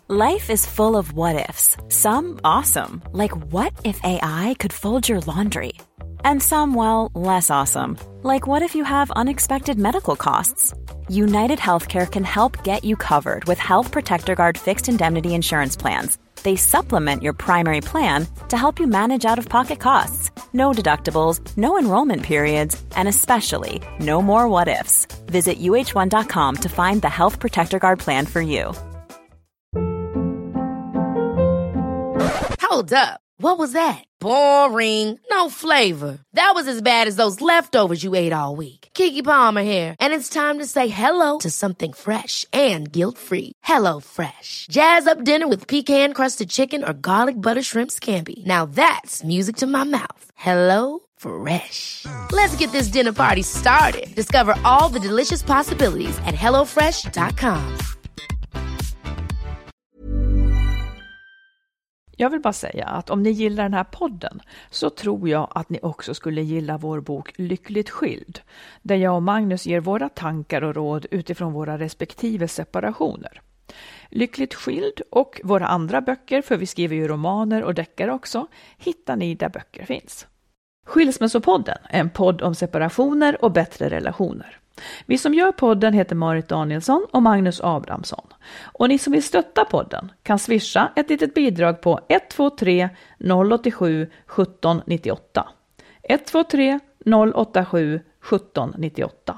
Life is full of what-ifs. Some awesome, like what if AI could fold your laundry? And some, well, less awesome, like what if you have unexpected medical costs? United Healthcare can help get you covered with Health Protector Guard fixed indemnity insurance plans. They supplement your primary plan to help you manage out-of-pocket costs. No deductibles, no enrollment periods, and especially no more what-ifs. Visit uh1.com to find the Health Protector Guard plan for you. Hold up. What was that? Boring. No flavor. That was as bad as those leftovers you ate all week. Keke Palmer here, and it's time to say hello to something fresh and guilt-free. Hello Fresh. Jazz up dinner with pecan-crusted chicken or garlic butter shrimp scampi. Now that's music to my mouth. Hello Fresh. Let's get this dinner party started. Discover all the delicious possibilities at hellofresh.com. Jag vill bara säga att om ni gillar den här podden så tror jag att ni också skulle gilla vår bok Lyckligt skild, där jag och Magnus ger våra tankar och råd utifrån våra respektive separationer. Lyckligt skild och våra andra böcker, för vi skriver ju romaner och deckare också, hittar ni där böcker finns. Skilsmässopodden är en podd om separationer och bättre relationer. Vi som gör podden heter Marit Danielsson och Magnus Abrahamsson. Och ni som vill stötta podden kan swisha ett litet bidrag på 123 087 1798. 123 087 1798.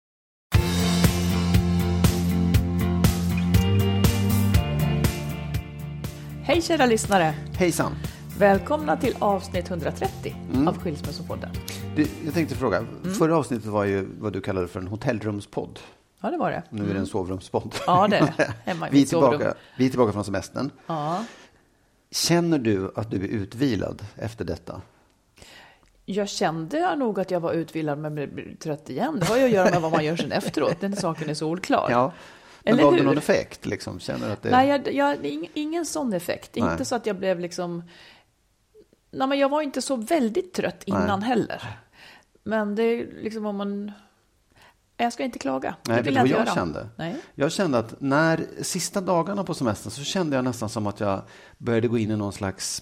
Hej kära lyssnare. Hejsan. Välkomna till avsnitt 130 av Skilsmässopodden. Jag tänkte fråga, förra avsnittet var ju vad du kallade för en hotellrumspodd. Ja, det var det. Nu är det en sovrumspodd. Ja, det är det. Hemma i vi, mitt sovrum. Vi är tillbaka från semestern. Ja. Känner du att du är utvilad efter detta? Jag kände nog att jag var utvilad men blev trött igen. Det har ju att göra med vad man gör sen efteråt. Den saken är solklar. Ja. Men gav det någon effekt? Liksom? Känner du att det... Nej, ingen sån effekt. Nej. Inte så att jag blev liksom... Nej, men jag var inte så väldigt trött innan heller. Men det är liksom om man... Jag ska inte klaga. Nej, det vill jag göra. kände. Nej. Jag kände att när sista dagarna på semestern så kände jag nästan som att jag började gå in i någon slags...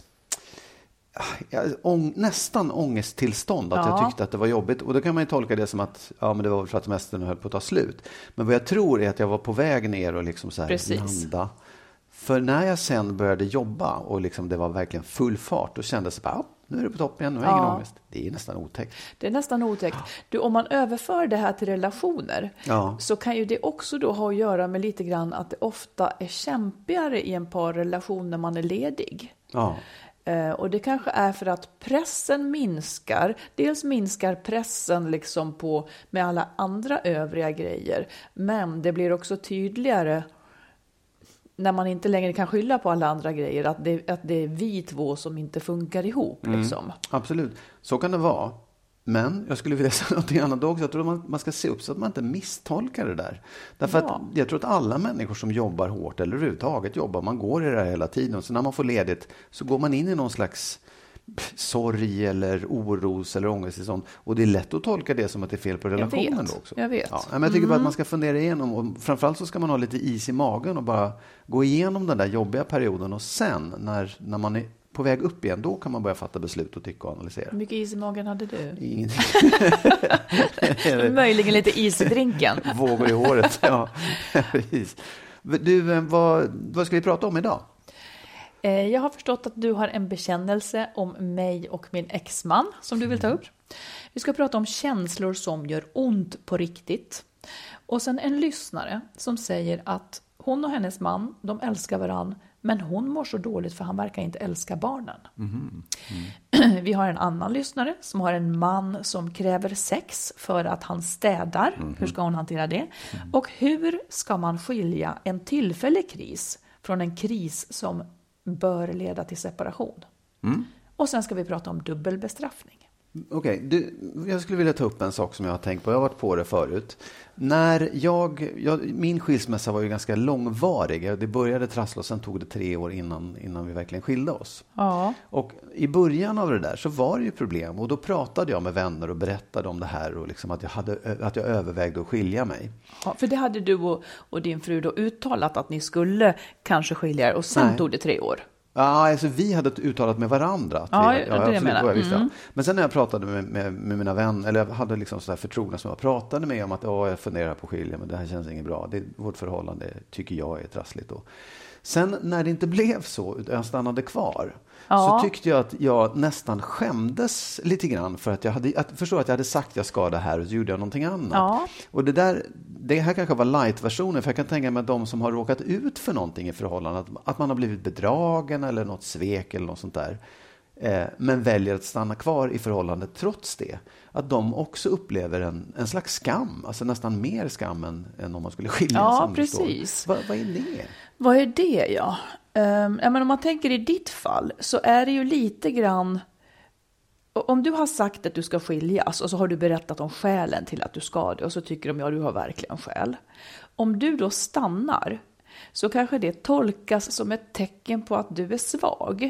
nästan ångesttillstånd, att jag tyckte att det var jobbigt, och då kan man ju tolka det som att men det var för att semestern höll på att ta slut, men vad jag tror är att jag var på väg ner och liksom så här landa, för när jag sen började jobba och liksom det var verkligen full fart, då kändes det bara, nu är det på topp igen, nu är ingen ångest. Det är nästan otäckt. Det är nästan otäckt. Du, om man överför det här till relationer så kan ju det också då ha att göra med lite grann att det ofta är kämpigare i en parrelation när man är ledig. Ja. Och det kanske är för att pressen minskar. Dels minskar pressen liksom på med alla andra övriga grejer. Men det blir också tydligare när man inte längre kan skylla på alla andra grejer. Att det är vi två som inte funkar ihop. Liksom. Absolut, så kan det vara. Men jag skulle vilja säga något annat också. Jag tror man ska se upp så att man inte misstolkar det där. Därför att jag tror att alla människor som jobbar hårt eller överhuvudtaget jobbar, man går i det här hela tiden. Och så när man får ledigt så går man in i någon slags sorg eller oros eller ångest och sånt. Och det är lätt att tolka det som att det är fel på relationen då också. Jag vet. Ja, men jag tycker bara att man ska fundera igenom, och framförallt så ska man ha lite is i magen och bara gå igenom den där jobbiga perioden, och sen när man är på väg upp igen, då kan man börja fatta beslut och tycka och analysera. Hur mycket is i magen hade du? Ingenting. Möjligen lite is i drinken. Vågor i håret, ja. Precis. Du, vad ska vi prata om idag? Jag har förstått att du har en bekännelse om mig och min exman som du vill ta upp. Vi ska prata om känslor som gör ont på riktigt. Och sen en lyssnare som säger att hon och hennes man, de älskar varann, men hon mår så dåligt för han verkar inte älska barnen. Vi har en annan lyssnare som har en man som kräver sex för att han städar. Hur ska hon hantera det? Och hur ska man skilja en tillfällig kris från en kris som bör leda till separation? Och sen ska vi prata om dubbelbestraffning. Okej, jag skulle vilja ta upp en sak som jag har tänkt på. Jag har varit på det förut. När min skilsmässa var ju ganska långvarig. Det började trassla och sen tog det 3 år innan vi verkligen skilde oss. Ja. Och i början av det där så var det ju problem. Och då pratade jag med vänner och berättade om det här. Och liksom att jag övervägde att skilja mig. Ja, för det hade du och din fru då uttalat att ni skulle kanske skilja er. Och sen tog det 3 år. Ja, alltså vi hade uttalat med varandra. Men sen när jag pratade med mina vänner, eller jag hade liksom så här förtrogna som jag pratade med om att jag funderar på att skilja, men det här känns inget bra. Vårt förhållande tycker jag är trassligt då. Sen när det inte blev så, jag stannade kvar, så tyckte jag att jag nästan skämdes lite grann för att jag förstår att jag hade sagt jag ska det här och så gjorde jag någonting annat. Ja. Och det här kanske var light-versionen, för jag kan tänka mig att de som har råkat ut för någonting i förhållandet, att man har blivit bedragen eller något svek eller något sånt där, men väljer att stanna kvar i förhållandet trots det, att de också upplever en slags skam, alltså nästan mer skam än om man skulle skilja sig. Ja, precis. Vad är det? Vad är det, ja? Men om man tänker i ditt fall så är det ju lite grann, om du har sagt att du ska skiljas och så har du berättat om skälen till att du ska det och så tycker de, ja, du har verkligen skäl. Om du då stannar så kanske det tolkas som ett tecken på att du är svag.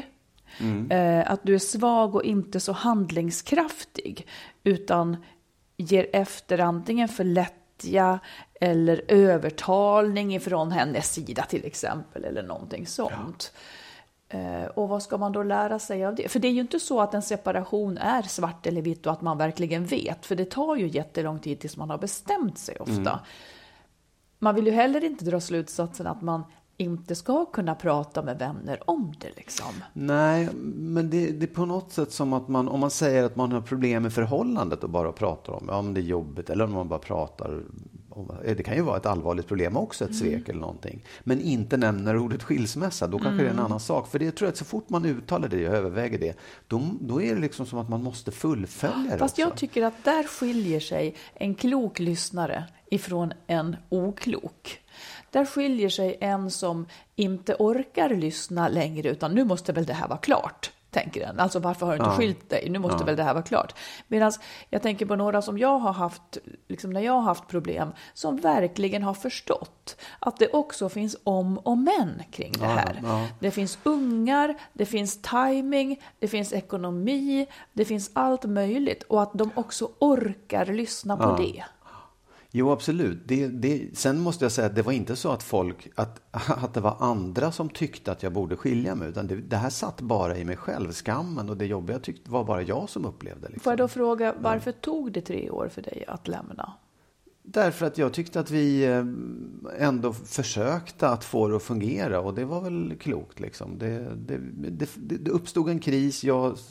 Att du är svag och inte så handlingskraftig, utan ger efter antingen för lättja eller övertalning ifrån hennes sida till exempel, eller någonting sånt. Och vad ska man då lära sig av det? För det är ju inte så att en separation är svart eller vitt och att man verkligen vet, för det tar ju jättelång tid tills man har bestämt sig ofta. Man vill ju heller inte dra slutsatsen att man inte ska kunna prata med vänner om det liksom. Nej, men det är på något sätt som att om man säger att man har problem med förhållandet och bara pratar om det är jobbigt, eller om man bara pratar om, det kan ju vara ett allvarligt problem också, ett svek eller någonting, men inte nämner ordet skilsmässa, då kanske det är en annan sak. För det tror jag att så fort man uttalar det och överväger det, då är det liksom som att man måste fullfölja det. Fast också. Jag tycker att där skiljer sig en klok lyssnare ifrån en oklok. Där skiljer sig en som inte orkar lyssna längre, utan nu måste väl det här vara klart, tänker den. Alltså varför har du inte skilt dig? Nu måste väl det här vara klart. Medan jag tänker på några som jag har haft, liksom när jag har haft problem, som verkligen har förstått att det också finns om och men kring det här. Det finns ungar, det finns timing, det finns ekonomi, det finns allt möjligt, och att de också orkar lyssna på det. Jo, absolut. Sen måste jag säga att det var inte så att att det var andra som tyckte att jag borde skilja mig, utan det här satt bara i mig själv, skammen, och det jobbiga tyckte var bara jag som upplevde. Liksom. Får jag då fråga, varför tog det 3 år för dig att lämna? Därför att jag tyckte att vi ändå försökte att få det att fungera, och det var väl klokt. Liksom. Det uppstod en kris,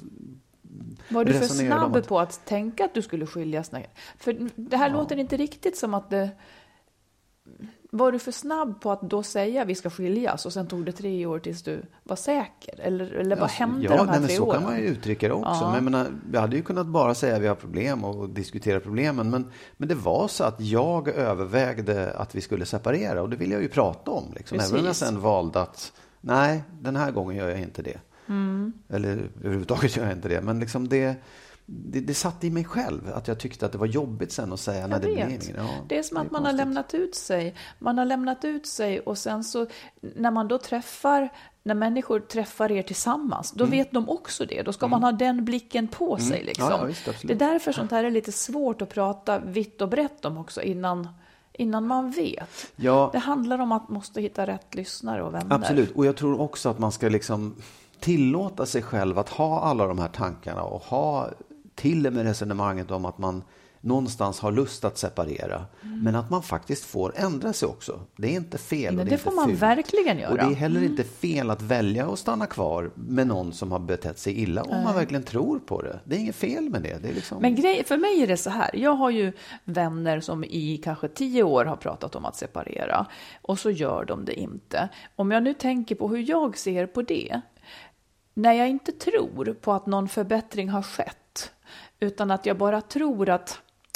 var du för snabb på att tänka att du skulle skiljas? För det här låter inte riktigt som att det... Var du för snabb på att då säga vi ska skiljas och sen tog det 3 år tills du var säker? Eller vad hände de här 3 så åren? Kan man ju uttrycka det också. Men jag menar, vi hade ju kunnat bara säga att vi har problem och diskutera problemen. Men det var så att jag övervägde att vi skulle separera, och det vill jag ju prata om. Liksom. Även om jag sen valde att nej, den här gången gör jag inte det. Eller överhuvudtaget gör jag inte det. Men liksom det satt i mig själv att jag tyckte att det var jobbigt sen att säga när det blev ingen. Det är som att man har lämnat ut sig. Man har lämnat ut sig, och sen så när man då när människor träffar er tillsammans, då vet de också det. Då ska man ha den blicken på sig. Liksom. Ja, visst, det är därför sånt här är lite svårt att prata vitt och brett om också innan man vet. Ja. Det handlar om att man måste hitta rätt lyssnare och vänner. Absolut, och jag tror också att man ska liksom tillåta sig själv att ha alla de här tankarna, och ha till och med resonemanget om att man någonstans har lust att separera, men att man faktiskt får ändra sig också. Det är inte fel. Men det får man verkligen göra. Och det är heller inte fel att välja att stanna kvar med någon som har betett sig illa, om man verkligen tror på det. Det är inget fel med det. Det är liksom... Men för mig är det så här. Jag har ju vänner som i kanske 10 år har pratat om att separera, och så gör de det inte. Om jag nu tänker på hur jag ser på det, när jag inte tror på att någon förbättring har skett, utan att jag bara tror att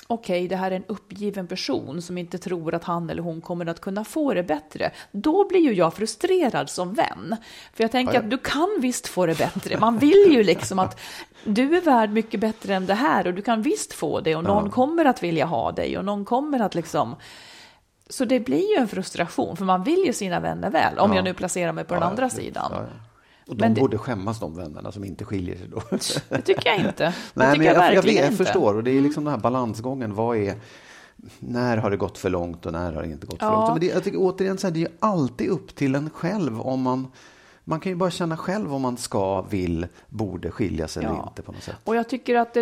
okej, det här är en uppgiven person som inte tror att han eller hon kommer att kunna få det bättre. Då blir ju jag frustrerad som vän. För jag tänker att du kan visst få det bättre. Man vill ju liksom att du är värd mycket bättre än det här och du kan visst få det och någon kommer att vilja ha dig och någon kommer att liksom... Så det blir ju en frustration för man vill ju sina vänner väl om jag nu placerar mig på den andra sidan. Ja. Och de borde skämmas, de vännerna som inte skiljer sig då. Det tycker jag inte. Nej, men jag förstår. Och det är liksom den här balansgången. När har det gått för långt och när har det inte gått för långt? Men jag tycker återigen så här, det är ju alltid upp till en själv om man kan ju bara känna själv om man borde skilja sig eller inte på något sätt. Och jag tycker att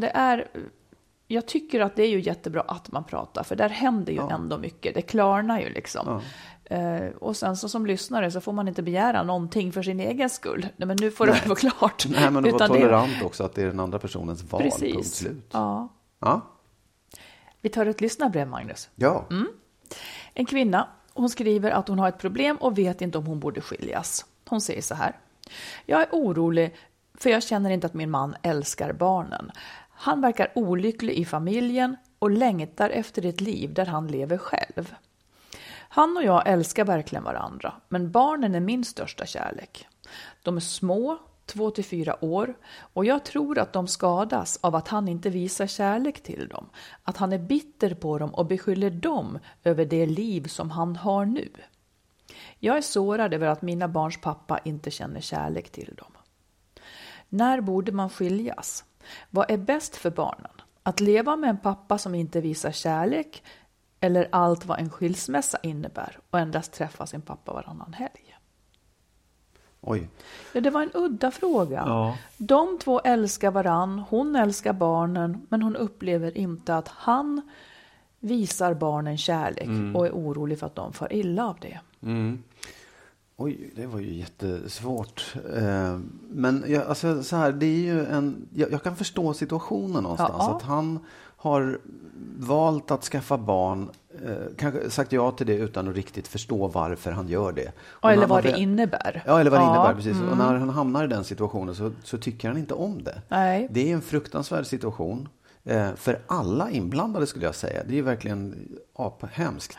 jag tycker att det är ju jättebra att man pratar, för där händer ju ändå mycket. Det klarnar ju liksom. Ja. Och sen så som lyssnare så får man inte begära någonting för sin egen skull. Nej, men nu får det vara klart. Nej, men det var tolerant också att det är den andra personens val. Precis. Punkt slut. Ja. Vi tar ett lyssnarbrev, Magnus. Ja. En kvinna, hon skriver att hon har ett problem och vet inte om hon borde skiljas. Hon säger så här: jag är orolig för jag känner inte att min man älskar barnen. Han verkar olycklig i familjen och längtar efter ett liv där han lever själv. Han och jag älskar verkligen varandra, men barnen är min största kärlek. De är små, 2-4 år, och jag tror att de skadas av att han inte visar kärlek till dem. Att han är bitter på dem och beskyller dem över det liv som han har nu. Jag är sårad över att mina barns pappa inte känner kärlek till dem. När borde man skiljas? Vad är bäst för barnen? Att leva med en pappa som inte visar kärlek, eller allt vad en skilsmässa innebär och endast träffa sin pappa varannan helg? Oj. Ja, det var en udda fråga. Ja. De två älskar varann, hon älskar barnen, men hon upplever inte att han visar barnen kärlek och är orolig för att de får illa av det. Oj, det var ju jättesvårt. Men alltså, så här, det är ju jag kan förstå situationen någonstans. Ja. Att han har valt att skaffa barn, kanske sagt ja till det utan att riktigt förstå varför han gör det. Eller vad det innebär. Ja, eller vad det innebär, precis. Och när han hamnar i den situationen så tycker han inte om det. Nej. Det är en fruktansvärd situation. För alla inblandade skulle jag säga. Det är verkligen hemskt.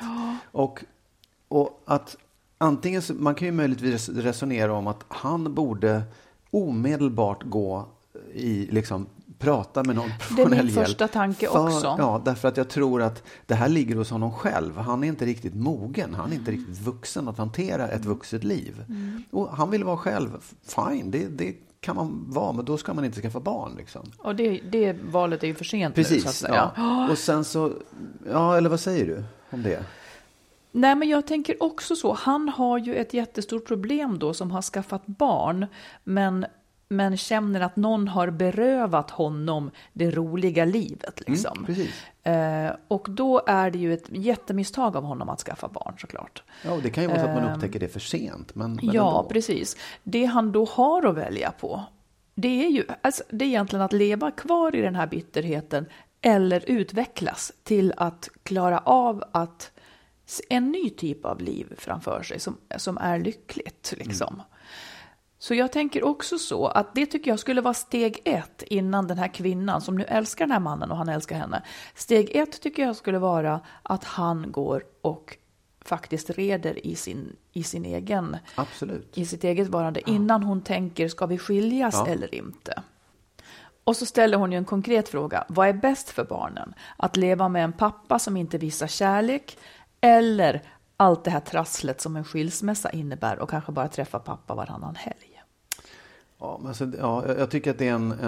Och att antingen, man kan ju möjligtvis resonera om att han borde omedelbart gå i, liksom, prata med någon professionell hjälp. Det är min första tanke också. Ja, därför att jag tror att det här ligger hos honom själv. Han är inte riktigt mogen. Han är inte riktigt vuxen att hantera ett vuxet liv. Och han vill vara själv. Fine, det kan man vara, men då ska man inte skaffa barn. Liksom. Och det valet är ju för sent. Precis, nu, så att säga. Ja. Och sen så, eller vad säger du om det? Nej, men jag tänker också så. Han har ju ett jättestort problem då som har skaffat barn, men känner att någon har berövat honom det roliga livet. Liksom. Och då är det ju ett jättemisstag av honom att skaffa barn, såklart. Ja, och det kan ju vara så att man upptäcker det för sent. Men ja, ändå. Precis. Det han då har att välja på, det är ju det är egentligen att leva kvar i den här bitterheten eller utvecklas till att klara av att en ny typ av liv framför sig som är lyckligt. Liksom. Så jag tänker också så att det tycker jag skulle vara steg 1 innan den här kvinnan som nu älskar den här mannen och han älskar henne. Steg 1 tycker jag skulle vara att han går och faktiskt reder i sin egen, absolut, i sitt eget varande innan hon tänker, ska vi skiljas eller inte? Och så ställer hon ju en konkret fråga. Vad är bäst för barnen? Att leva med en pappa som inte visar kärlek, eller allt det här trasslet som en skilsmässa innebär och kanske bara träffa pappa varannan helg? Ja, men alltså, jag tycker att det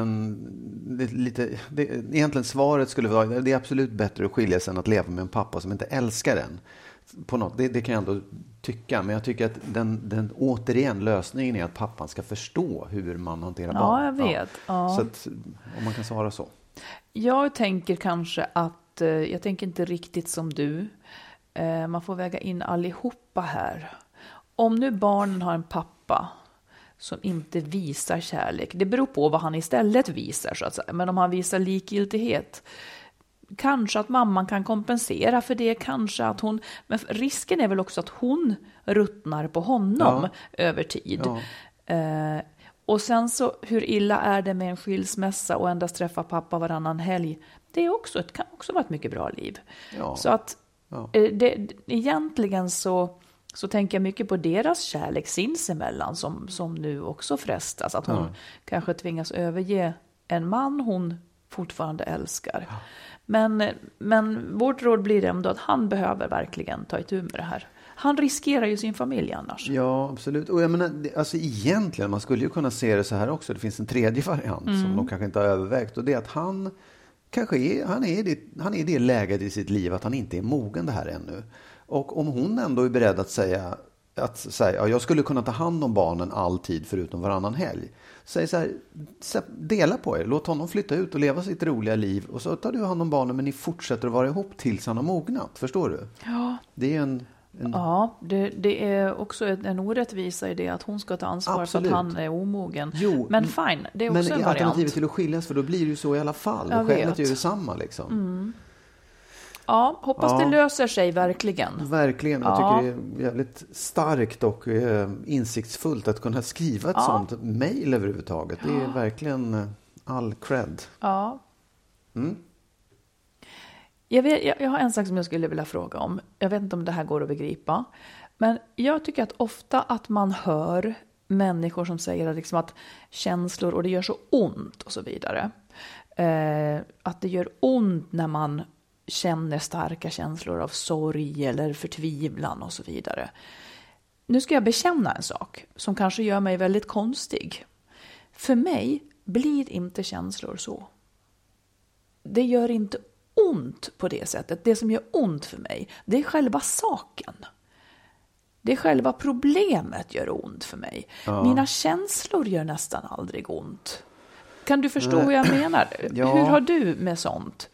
är egentligen svaret skulle vara, det är absolut bättre att skilja sig än att leva med en pappa som inte älskar en. På något, det kan jag ändå tycka, men jag tycker att den återigen lösningen är att pappan ska förstå hur man hanterar barn. Ja, jag vet. Ja. Så att, om man kan svara så. Jag tänker kanske att, jag tänker inte riktigt som du. Man får väga in allihopa här. Om nu barnen har en pappa som inte visar kärlek, det beror på vad han istället visar, så att säga. Men om han visar likgiltighet, kanske att mamman kan kompensera för det, kanske att hon, men risken är väl också att hon ruttnar på honom över tid. Och sen så, hur illa är det med en skilsmässa och endast träffa pappa varannan helg? Det kan också vara ett mycket bra liv. Ja. Så att egentligen så tänker jag mycket på deras kärlek sinsemellan som nu också frestas. Att hon kanske tvingas överge en man hon fortfarande älskar. Ja. Men vårt råd blir ändå att han behöver verkligen ta itu med det här. Han riskerar ju sin familj annars. Ja, absolut. Och jag menar, alltså egentligen, man skulle ju kunna se det så här också. Det finns en tredje variant som de kanske inte har övervägt. Och det är att han är i det läget i sitt liv att han inte är mogen det här ännu. Och om hon ändå är beredd att säga jag skulle kunna ta hand om barnen alltid förutom varannan helg. Säg så här, dela på er. Låt honom flytta ut och leva sitt roliga liv. Och så tar du hand om barnen, men ni fortsätter att vara ihop tills han har mognat. Förstår du? Ja. Det är Ja, det är också en orättvisa i det att hon ska ta ansvar. Absolut. För att han är omogen. Jo, men fine, det är också en variant. Men alternativet till att skiljas, för då blir det ju så i alla fall. Och skälet är ju detsamma liksom. Mm. Ja, hoppas det löser sig verkligen. Verkligen, jag tycker det är jävligt starkt och insiktsfullt att kunna skriva ett sånt mejl överhuvudtaget. Det är verkligen all cred. Ja. Mm. Jag har en sak som jag skulle vilja fråga om. Jag vet inte om det här går att begripa. Men jag tycker att ofta att man hör människor som säger liksom att känslor och det gör så ont och så vidare. Att det gör ont när man känner starka känslor av sorg eller förtvivlan och så vidare. Nu ska jag bekänna en sak som kanske gör mig väldigt konstig. För mig blir inte känslor så. Det gör inte ont på det sättet. Det som gör ont för mig, det är själva saken. Det är själva problemet gör ont för mig. Ja. Mina känslor gör nästan aldrig ont. Kan du förstå hur jag menar? Ja. Hur har du med sånt?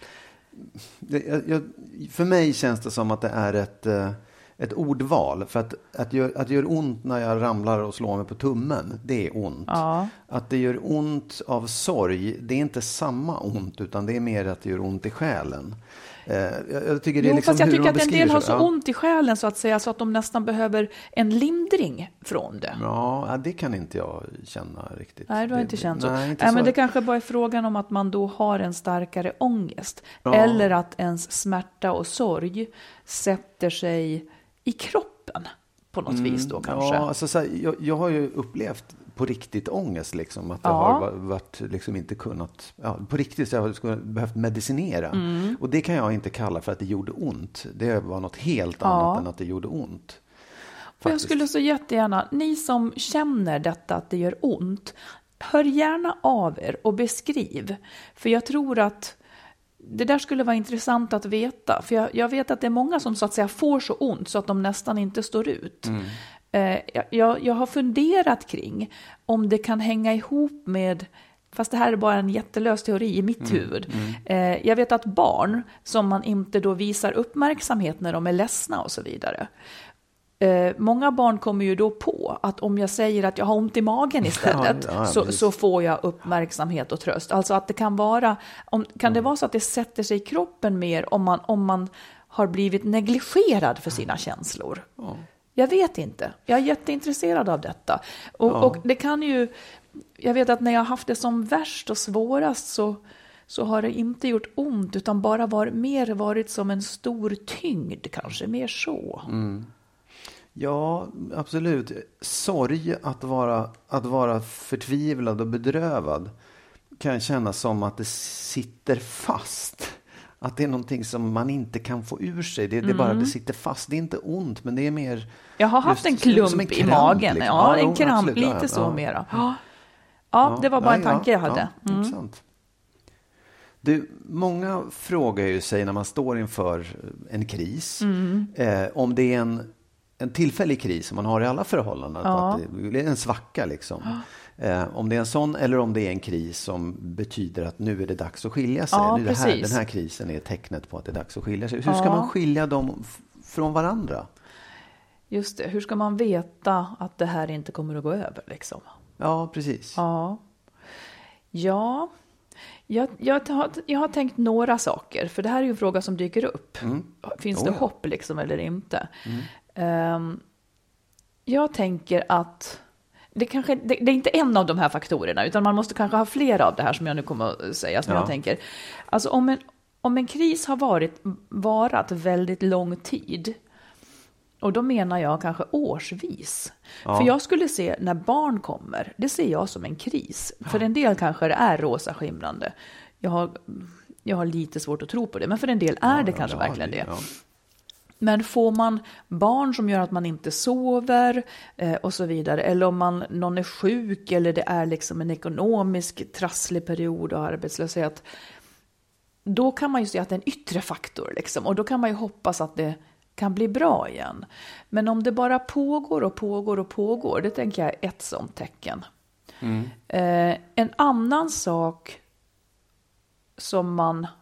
För mig känns det som att det är ett ordval. För att det gör ont när jag ramlar och slår mig på tummen, det är ont. Ja. Att det gör ont av sorg, det är inte samma ont, utan det är mer att det gör ont i själen. Jag tycker det är liksom fast jag tycker att en del har så ont i själen så att säga, så att de nästan behöver en lindring från det. Ja, det kan inte jag känna riktigt. Nej, du har inte känt så. Nej, men det kanske bara är frågan om att man då har en starkare ångest. Ja. Eller att ens smärta och sorg sätter sig i kroppen på något vis då kanske. Ja, alltså, så här, jag har ju upplevt på riktigt ångest liksom, att jag har varit liksom inte kunnat på riktigt, så jag skulle behövt medicinera. Och det kan jag inte kalla för att det gjorde ont. Det var något helt annat än att det gjorde ont. Och jag skulle så jättegärna, ni som känner detta att det gör ont, hör gärna av er och beskriv. För jag tror att det där skulle vara intressant att veta. För jag vet att det är många som så att säga får så ont så att de nästan inte står ut. Jag har funderat kring om det kan hänga ihop med, fast det här är bara en jättelös teori i mitt huvud. Jag vet att barn som man inte då visar uppmärksamhet när de är ledsna och så vidare. Många barn kommer ju då på att om jag säger att jag har ont i magen istället så får jag uppmärksamhet och tröst. Alltså att det kan vara, kan det vara så att det sätter sig i kroppen mer om man har blivit negligerad för sina känslor? Jag vet inte. Jag är jätteintresserad av detta. Och det kan ju, jag vet att när jag har haft det som värst och svårast så har det inte gjort ont utan bara varit som en stor tyngd kanske, mer så. Ja, absolut. Sorg, att vara förtvivlad och bedrövad kan kännas som att det sitter fast. Att det är någonting som man inte kan få ur sig. Det är bara det sitter fast. Det är inte ont, men det är mer... Jag har haft en klump i magen. Liksom. Ja, en kramp. Absolut. Lite så mera. Ja, det var bara en tanke jag hade. Intressant. Många frågar ju sig när man står inför en kris. Om det är en tillfällig kris som man har i alla förhållanden. Att det är en svacka liksom. Om det är en sån eller om det är en kris som betyder att nu är det dags att skilja sig. Den här krisen är tecknet på att det är dags att skilja sig. Hur ska man skilja dem från varandra? Just det, hur ska man veta att det här inte kommer att gå över liksom? Ja, precis. Ja, jag har tänkt några saker. För det här är ju en fråga som dyker upp. Finns det hopp liksom eller inte? Jag tänker att det är inte en av de här faktorerna, utan man måste kanske ha flera av det här som jag nu kommer att säga, som jag tänker. Alltså om en kris har varat väldigt lång tid, och då menar jag kanske årsvis. Ja. För jag skulle se när barn kommer, det ser jag som en kris. För en del kanske det är rosa skimrande. Jag har lite svårt att tro på det, men för en del är det kanske verkligen det. Ja. Men får man barn som gör att man inte sover och så vidare, eller om någon är sjuk eller det är liksom en ekonomisk trasslig period och arbetslöshet, då kan man ju se att det är en yttre faktor liksom, och då kan man ju hoppas att det kan bli bra igen. Men om det bara pågår, det tänker jag är ett sånt tecken. En annan sak som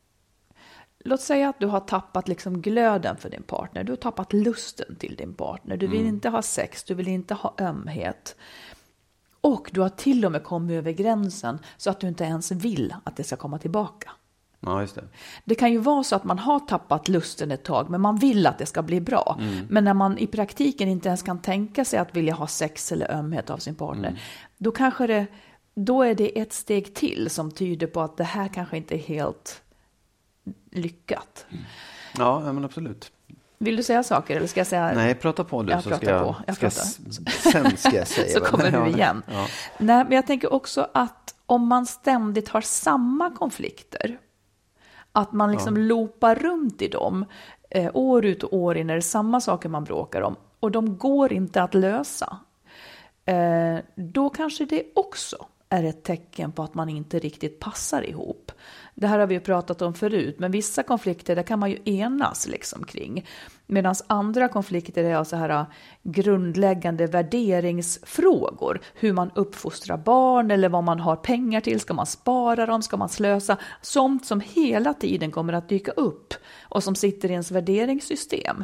låt säga att du har tappat liksom glöden för din partner. Du har tappat lusten till din partner. Du vill inte ha sex, du vill inte ha ömhet. Och du har till och med kommit över gränsen så att du inte ens vill att det ska komma tillbaka. Ja, just det. Det kan ju vara så att man har tappat lusten ett tag, men man vill att det ska bli bra. Men när man i praktiken inte ens kan tänka sig att vilja ha sex eller ömhet av sin partner, då är det ett steg till som tyder på att det här kanske inte är helt lyckat. Ja, men absolut. Vill du säga saker eller ska jag säga? Nej, prata på du, så sen ska jag säga. Så kommer du igen. Ja. Nej, men jag tänker också att om man ständigt har samma konflikter, att man liksom loopar runt i dem år ut och år in, när det är samma saker man bråkar om och de går inte att lösa, då kanske det också är ett tecken på att man inte riktigt passar ihop. Det här har vi ju pratat om förut, men vissa konflikter där kan man ju enas liksom kring. Medan andra konflikter är så här grundläggande värderingsfrågor. Hur man uppfostrar barn eller vad man har pengar till. Ska man spara dem? Ska man slösa? Sånt som hela tiden kommer att dyka upp och som sitter i ens värderingssystem.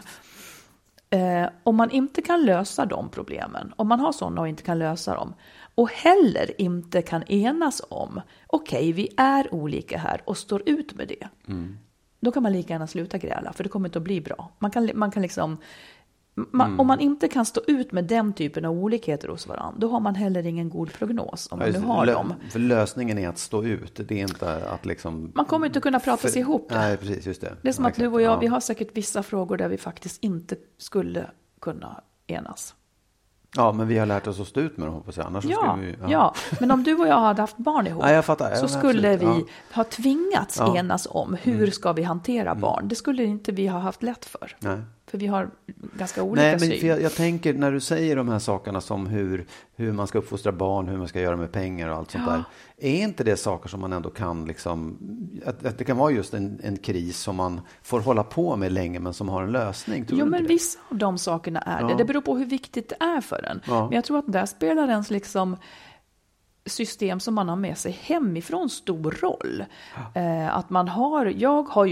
Om man inte kan lösa de problemen, om man har sådana och inte kan lösa dem, och heller inte kan enas om, okej, vi är olika här och står ut med det, då kan man lika gärna sluta gräla, för det kommer inte att bli bra. Man kan liksom, om man inte kan stå ut med den typen av olikheter hos varandra, då har man heller ingen god prognos om man nu har dem. För lösningen är att stå ut, det är inte att liksom... Man kommer inte kunna prata sig ihop det. Nej, precis, just det. Det är som att du och jag, vi har säkert vissa frågor där vi faktiskt inte skulle kunna enas. Ja, men vi har lärt oss att stå ut med dem, hoppas jag. Annars ja, vi, ja, men om du och jag hade haft barn ihop, jag fattar, så skulle vi ha tvingats enas om hur ska vi hantera barn. Det skulle inte vi ha haft lätt för. Nej. För vi har ganska olika syn. För jag tänker, när du säger de här sakerna som hur man ska uppfostra barn, hur man ska göra med pengar och allt sånt där. Är inte det saker som man ändå kan liksom, att det kan vara just en kris som man får hålla på med länge, men som har en lösning? Jo, men vissa av de sakerna är det. Det beror på hur viktigt det är för en. Ja. Men jag tror att där spelar ens liksom system som man har med sig hemifrån stor roll. Att man jag har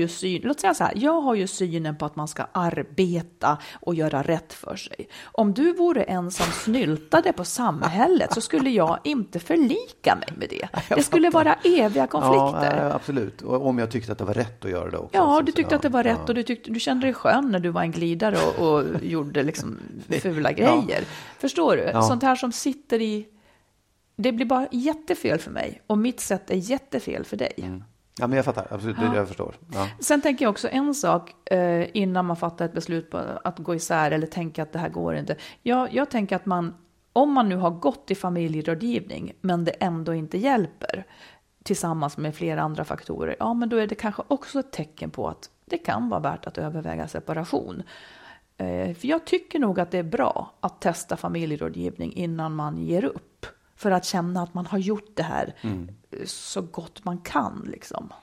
ju synen på att man ska arbeta och göra rätt för sig. Om du vore en som snyltade på samhället, så skulle jag inte förlika mig med det. Det skulle vara eviga konflikter. Ja, absolut. Och om jag tyckte att det var rätt att göra det också. Ja, du tyckte att det var rätt, och du kände dig skön när du var en glidare och gjorde liksom fula grejer. Förstår du? Ja. Sånt här som sitter i... Det blir bara jättefel för mig, och mitt sätt är jättefel för dig. Ja, men jag fattar, absolut, jag förstår. Ja. Sen tänker jag också en sak innan man fattar ett beslut på att gå isär eller tänka att det här går inte. Jag tänker att om man nu har gått i familjerådgivning men det ändå inte hjälper, tillsammans med flera andra faktorer, men då är det kanske också ett tecken på att det kan vara värt att överväga separation. För jag tycker nog att det är bra att testa familjerådgivning innan man ger upp. För att känna att man har gjort det här så gott man kan. Liksom.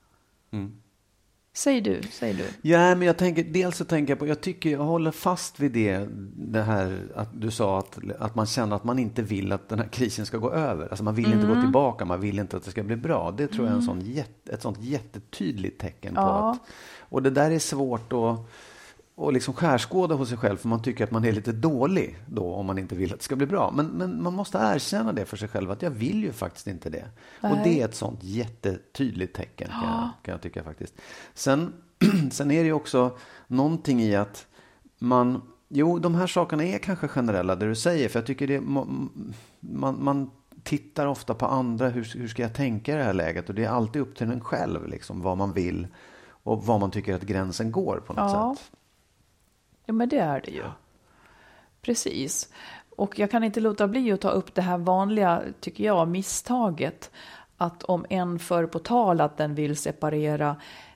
Säg du. Ja, men jag håller fast vid det här att du sa att man känner att man inte vill att den här krisen ska gå över. Alltså man vill inte gå tillbaka, man vill inte att det ska bli bra. Det tror jag är ett sånt jättetydligt tecken på att... Och det där är svårt och liksom skärskåda hos sig själv, för man tycker att man är lite dålig då om man inte vill att det ska bli bra. Men man måste erkänna det för sig själv, att jag vill ju faktiskt inte det. Nej. Och det är ett sånt jättetydligt tecken kan jag tycka faktiskt. Sen är det ju också någonting i att man Jo, de här sakerna är kanske generella, det du säger. För jag tycker det man tittar ofta på andra. Hur ska jag tänka i det här läget? Och det är alltid upp till en själv liksom, vad man vill. Och vad man tycker att gränsen går på något sätt. Ja, men det är det ju. Precis. Och jag kan inte låta bli att ta upp det här vanliga, tycker jag, misstaget. Att om en för på tal att den vill separera,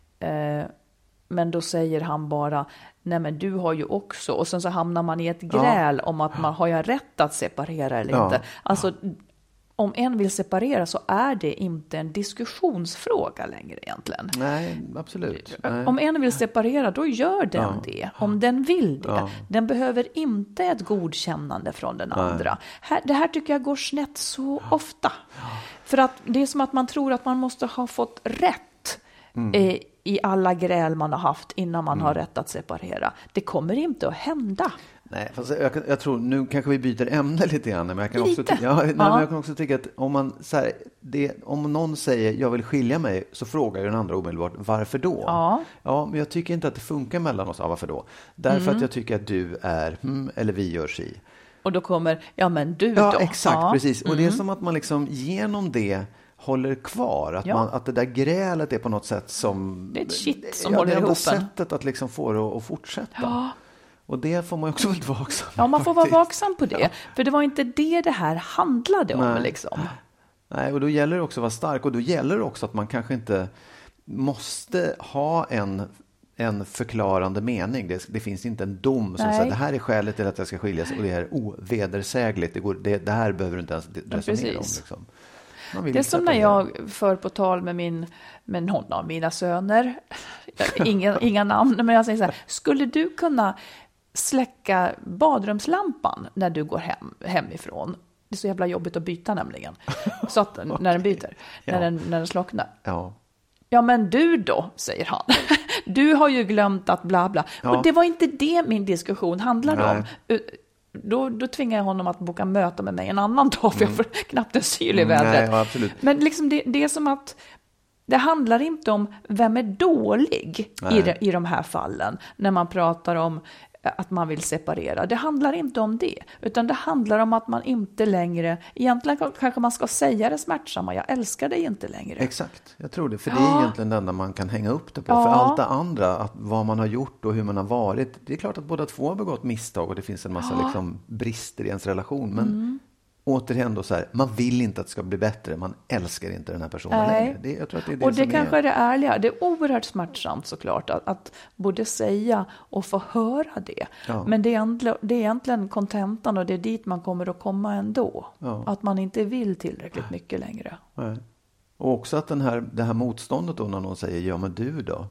men då säger han bara, nej men du har ju också. Och sen så hamnar man i ett gräl om att man har jag rätt att separera eller inte. Alltså, om en vill separera så är det inte en diskussionsfråga längre egentligen. Nej, absolut. Nej. Om en vill separera, då gör den det. Om den vill det. Ja. Den behöver inte ett godkännande från den andra. Det här tycker jag går snett så ofta. För att det är som att man tror att man måste ha fått rätt i alla gräl man har haft innan man har rätt att separera. Det kommer inte att hända. Nej, fast jag tror, nu kanske vi byter ämne lite grann, men jag kan också jag kan också tycka att om någon säger jag vill skilja mig, så frågar ju den andra omedelbart varför då? Ja, men jag tycker inte att det funkar mellan oss. Varför då? Därför att jag tycker att du är eller vi gör si. Och då kommer, ja men du då. Ja, exakt, precis. Och det är som att man liksom genom det håller kvar. Att det där grälet är på något sätt som... Det är ett shit som håller ihop en. Sättet att liksom få det att fortsätta. Ja. Och det får man också vara vaksam. Ja, man får vara vaksam på det. Ja. För det var inte det här handlade om. Liksom. Nej, och då gäller det också att vara stark. Och då gäller det också att man kanske inte måste ha en förklarande mening. Det finns inte en dom som säger det här är skälet till att jag ska skiljas och det är ovedersägligt. Det här behöver du inte ens resonera om. Liksom. Det är som när jag för på tal med någon av mina söner, inga namn, men jag säger så här, skulle du kunna släcka badrumslampan när du går hemifrån? Det är så jävla jobbigt att byta nämligen. Så att när den byter, när den slocknar. Ja, men du då, säger han. Du har ju glömt att bla bla. Och det var inte det min diskussion handlade om. Då tvingar jag honom att boka möte med mig en annan dag, för jag får knappt en syl i vädret. Nej, men liksom det är som att det handlar inte om vem är dålig i de här fallen när man pratar om att man vill separera. Det handlar inte om det, utan det handlar om att man inte längre, egentligen kanske man ska säga det smärtsamma, jag älskar dig inte längre. Exakt, jag tror det, för det är egentligen det enda man kan hänga upp det på. För allt det andra, vad man har gjort och hur man har varit, det är klart att båda två har begått misstag och det finns en massa liksom brister i ens relation, men återigen då så här, man vill inte att det ska bli bättre, man älskar inte den här personen längre. Jag tror att det är det, och det kanske är det ärliga. Det är oerhört smärtsamt såklart att både säga och få höra det. Men det är egentligen kontentan, och det är dit man kommer att komma ändå. Att man inte vill tillräckligt mycket längre. Och också att det här motståndet då, när någon säger ja men du då.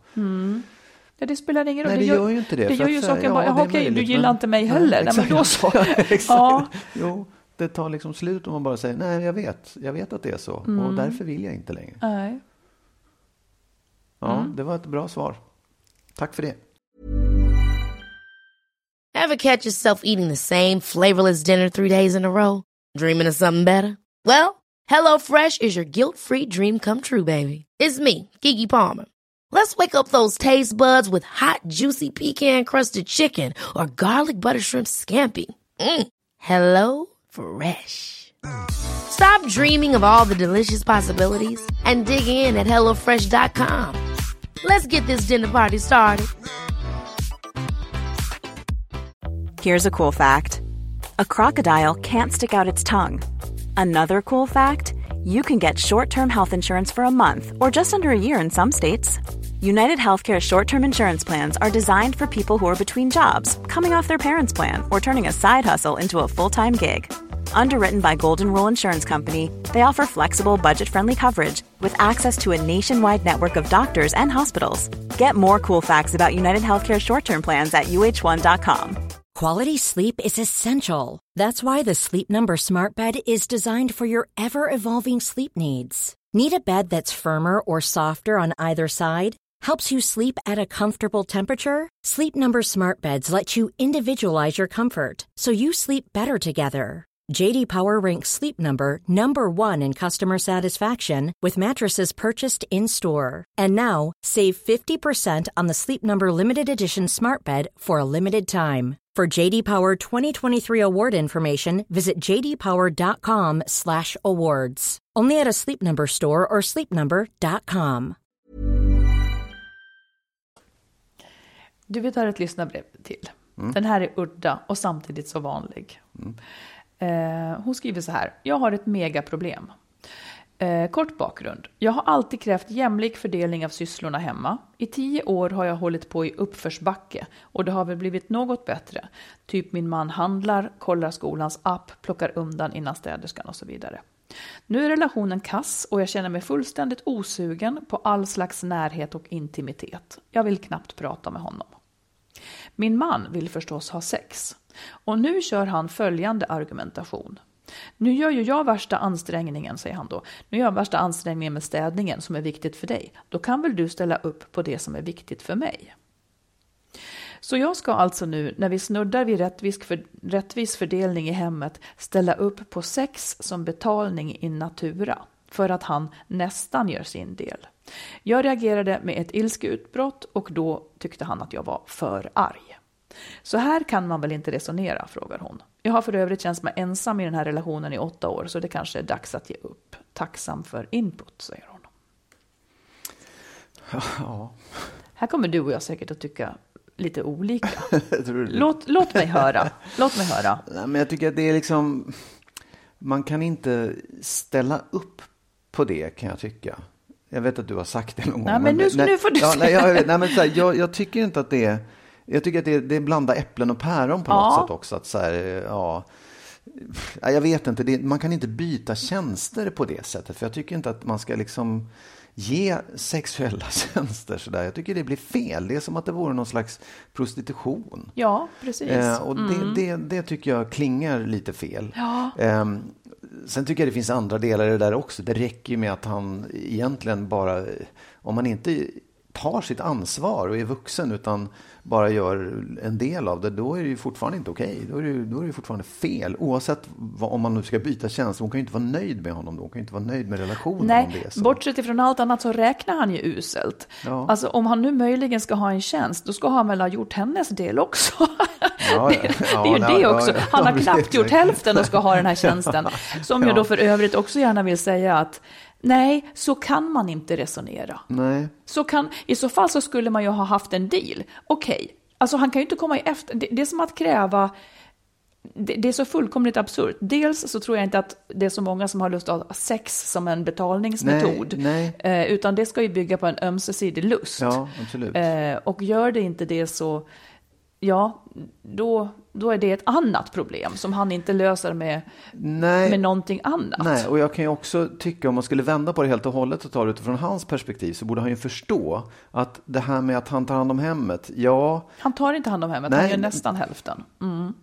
Ja, det spelar ingen roll. Nej, det gör ju inte det. Det gör ju saken bara, okej, du gillar inte mig heller. Nej, men då så. Jo. Det tar liksom slut om man bara säger nej, jag vet att det är så och därför vill jag inte längre. Nej. Ja, det var ett bra svar. Tack för det. Ever catch yourself eating the same flavorless dinner 3 days in a row? Dreaming of something better? Well, HelloFresh is your guilt-free dream come true, baby. It's me, Keke Palmer. Let's wake up those taste buds with hot, juicy pecan-crusted chicken or garlic butter shrimp scampi. Hello Fresh. Stop dreaming of all the delicious possibilities and dig in at HelloFresh.com. Let's get this dinner party started. Here's a cool fact. A crocodile can't stick out its tongue. Another cool fact, you can get short-term health insurance for a month or just under a year in some states. United Healthcare short-term insurance plans are designed for people who are between jobs, coming off their parents' plan, or turning a side hustle into a full-time gig. Underwritten by Golden Rule Insurance Company, they offer flexible, budget-friendly coverage with access to a nationwide network of doctors and hospitals. Get more cool facts about United Healthcare short-term plans at uh1.com. Quality sleep is essential. That's why the Sleep Number Smart Bed is designed for your ever-evolving sleep needs. Need a bed that's firmer or softer on either side? Helps you sleep at a comfortable temperature? Sleep Number Smart Beds let you individualize your comfort so you sleep better together. JD Power ranks Sleep Number number 1 in customer satisfaction with mattresses purchased in-store. And now, save 50% on the Sleep Number Limited Edition Smart Bed for a limited time. For JD Power 2023 award information, visit jdpower.com/awards. Only at a Sleep Number store or sleepnumber.com. Du vill ta ett lyssnarbrev till. Den här är udda och samtidigt så vanlig. Hon skriver så här: jag har ett megaproblem. Kort bakgrund. Jag har alltid krävt jämlik fördelning av sysslorna hemma. I 10 år har jag hållit på i uppförsbacke och det har väl blivit något bättre. Typ min man handlar, kollar skolans app, plockar undan innan städerskan och så vidare. Nu är relationen kass och jag känner mig fullständigt osugen på all slags närhet och intimitet. Jag vill knappt prata med honom. Min man vill förstås ha sex. Och nu kör han följande argumentation. Nu gör ju jag värsta ansträngningen, säger han då. Nu gör jag värsta ansträngningen med städningen som är viktigt för dig. Då kan väl du ställa upp på det som är viktigt för mig. Så jag ska alltså nu, när vi snuddar vid rättvis fördelning i hemmet, ställa upp på sex som betalning in natura. För att han nästan gör sin del. Jag reagerade med ett ilskeutbrott och då tyckte han att jag var för arg. Så här kan man väl inte resonera, frågar hon. Jag har för övrigt känt mig ensam i den här relationen i 8 år så det kanske är dags att ge upp. Tacksam för input, säger hon. Ja. Här kommer du och jag säkert att tycka lite olika. Låt mig höra. Nej, men jag tycker att det är liksom... Man kan inte ställa upp på det, kan jag tycka. Jag vet att du har sagt det någon gång. Nej, men nu får du säga. Jag tycker inte att det är... Jag tycker att det är blanda äpplen och päron på något sätt också. Att så här, jag vet inte, man kan inte byta tjänster på det sättet. För jag tycker inte att man ska liksom ge sexuella tjänster sådär. Jag tycker det blir fel. Det är som att det vore någon slags prostitution. Ja, precis. Och det tycker jag klingar lite fel. Ja. Sen tycker jag det finns andra delar i det där också. Det räcker med att han egentligen bara, om man inte tar sitt ansvar och är vuxen utan bara gör en del av det, då är det ju fortfarande inte okej. Då är det fortfarande fel. Oavsett om man nu ska byta tjänst. Hon kan ju inte vara nöjd med honom då. Hon kan ju inte vara nöjd med relationen. Nej, om det är så. Bortsett ifrån allt annat så räknar han ju uselt. Ja. Alltså om han nu möjligen ska ha en tjänst, då ska han väl ha gjort hennes del också. Det är ju det också. Han har knappt gjort hälften och ska ha den här tjänsten. Som jag då för övrigt också gärna vill säga att nej, så kan man inte resonera. Nej. I så fall så skulle man ju ha haft en deal. Okej, alltså han kan ju inte komma i efter. Det är som att kräva, det är så fullkomligt absurt. Dels så tror jag inte att det är så många som har lust att ha sex som en betalningsmetod. Nej. Utan det ska ju bygga på en ömsesidig lust. Ja, absolut. Och gör det inte det så... Ja, då är det ett annat problem som han inte löser med någonting annat. Nej, och jag kan ju också tycka om man skulle vända på det helt och hållet och ta det utifrån hans perspektiv så borde han ju förstå att det här med att han tar hand om hemmet, Han tar inte hand om hemmet, han gör nästan hälften. Mm.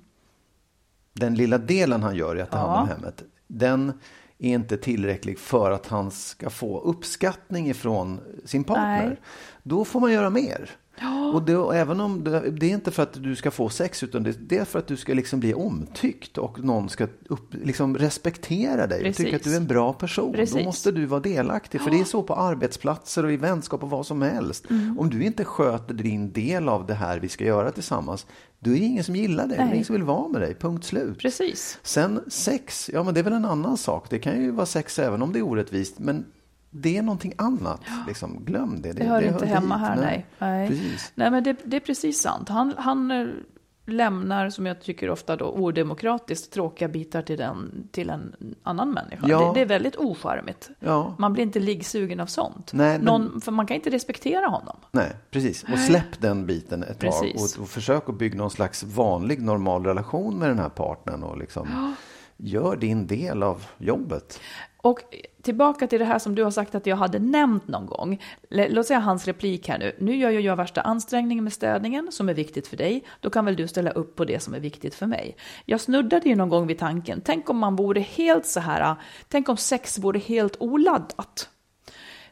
Den lilla delen han gör i att ta hand om hemmet, den är inte tillräcklig för att han ska få uppskattning ifrån sin partner. Nej. Då får man göra mer. Och även om det är inte för att du ska få sex utan det är för att du ska liksom bli omtyckt och någon ska liksom respektera dig och tycka att du är en bra person. Precis. Då måste du vara delaktig för det är så på arbetsplatser och i vänskap och vad som helst. Om du inte sköter din del av det här vi ska göra tillsammans, då är det ingen som gillar dig. Det är ingen som vill vara med dig. Punkt slut. Precis. Sen sex, men det är väl en annan sak. Det kan ju vara sex även om det är orättvist, men det är någonting annat. Liksom, glöm det. Det hör inte hemma dit. Här, nej. Nej, men det är precis sant. Han lämnar, som jag tycker ofta då, odemokratiskt tråkiga bitar till en annan människa. Ja. Det är väldigt ocharmigt. Ja. Man blir inte liggsugen av sånt. Nej, för man kan inte respektera honom. Nej, precis. Och släpp den biten ett tag. Och försök att bygga någon slags vanlig, normal relation med den här partnern. Och liksom gör din del av jobbet. Och tillbaka till det här som du har sagt att jag hade nämnt någon gång. Låt säga hans replik här nu. Nu gör jag värsta ansträngningen med städningen som är viktigt för dig. Då kan väl du ställa upp på det som är viktigt för mig. Jag snuddade ju någon gång vid tanken. Tänk om man vore helt så här. Tänk om sex vore helt oladdat.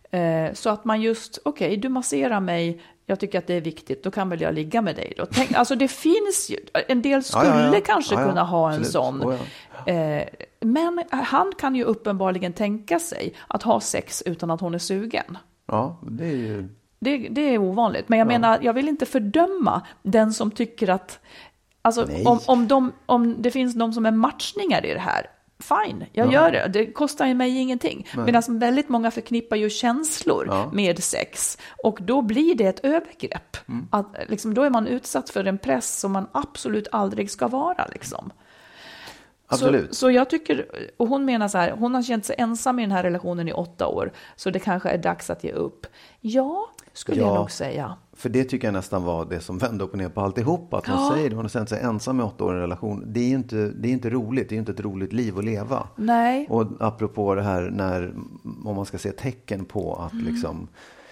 Så att man just, okej, du masserar mig, jag tycker att det är viktigt, då kan väl jag ligga med dig då. Alltså det finns ju, en del skulle kanske kunna ha en sån. Men han kan ju uppenbarligen tänka sig att ha sex utan att hon är sugen. Ja, det är ju... Det är ovanligt. Men jag menar, jag vill inte fördöma den som tycker att, alltså om det finns de som är matchningar i det här, fine, jag gör det. Det kostar ju mig ingenting. Medan väldigt många förknippar ju känslor med sex. Och då blir det ett övergrepp. Att, liksom, då är man utsatt för en press som man absolut aldrig ska vara. Liksom. Absolut. Så jag tycker, och hon menar så här, hon har känt sig ensam i den här relationen i 8 år. Så det kanske är dags att ge upp. Ja, skulle jag nog säga. För det tycker jag nästan var det som vände upp och ner på alltihop. Att hon säger att hon har känt sig ensam i 8 år i en relation. Det är inte roligt. Det är inte ett roligt liv att leva. Nej. Och apropå det här om man ska se tecken på att liksom,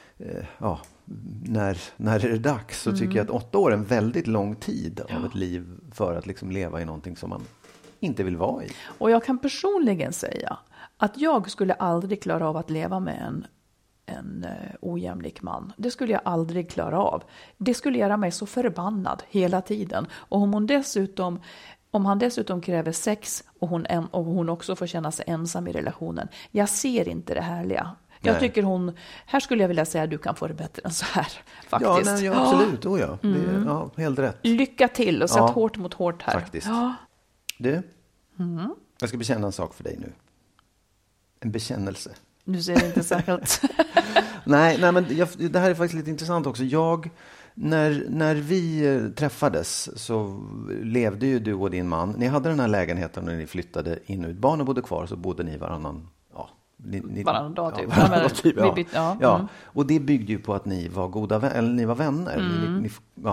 när är det dags, så tycker jag att 8 år är en väldigt lång tid av ett liv för att liksom leva i någonting som man inte vill vara i. Och jag kan personligen säga att jag skulle aldrig klara av att leva med en ojämlik man. Det skulle jag aldrig klara av. Det skulle göra mig så förbannad hela tiden. Och om han dessutom kräver sex och hon också får känna sig ensam i relationen. Jag ser inte det härliga. Jag tycker här skulle jag vilja säga att du kan få det bättre än så här, faktiskt. Ja, absolut. Det är helt rätt. Lycka till och sätt hårt mot hårt här. Faktiskt. Du, jag ska bekänna en sak för dig nu. En bekännelse. Du ser det inte särskilt. Nej, men det här är faktiskt lite intressant också. När vi träffades så levde ju du och din man. Ni hade den här lägenheten när ni flyttade in ut. Barnen bodde kvar, så bodde ni varannan... varannan dag typ. Och det byggde ju på att ni var goda vänner, eller ni var vänner.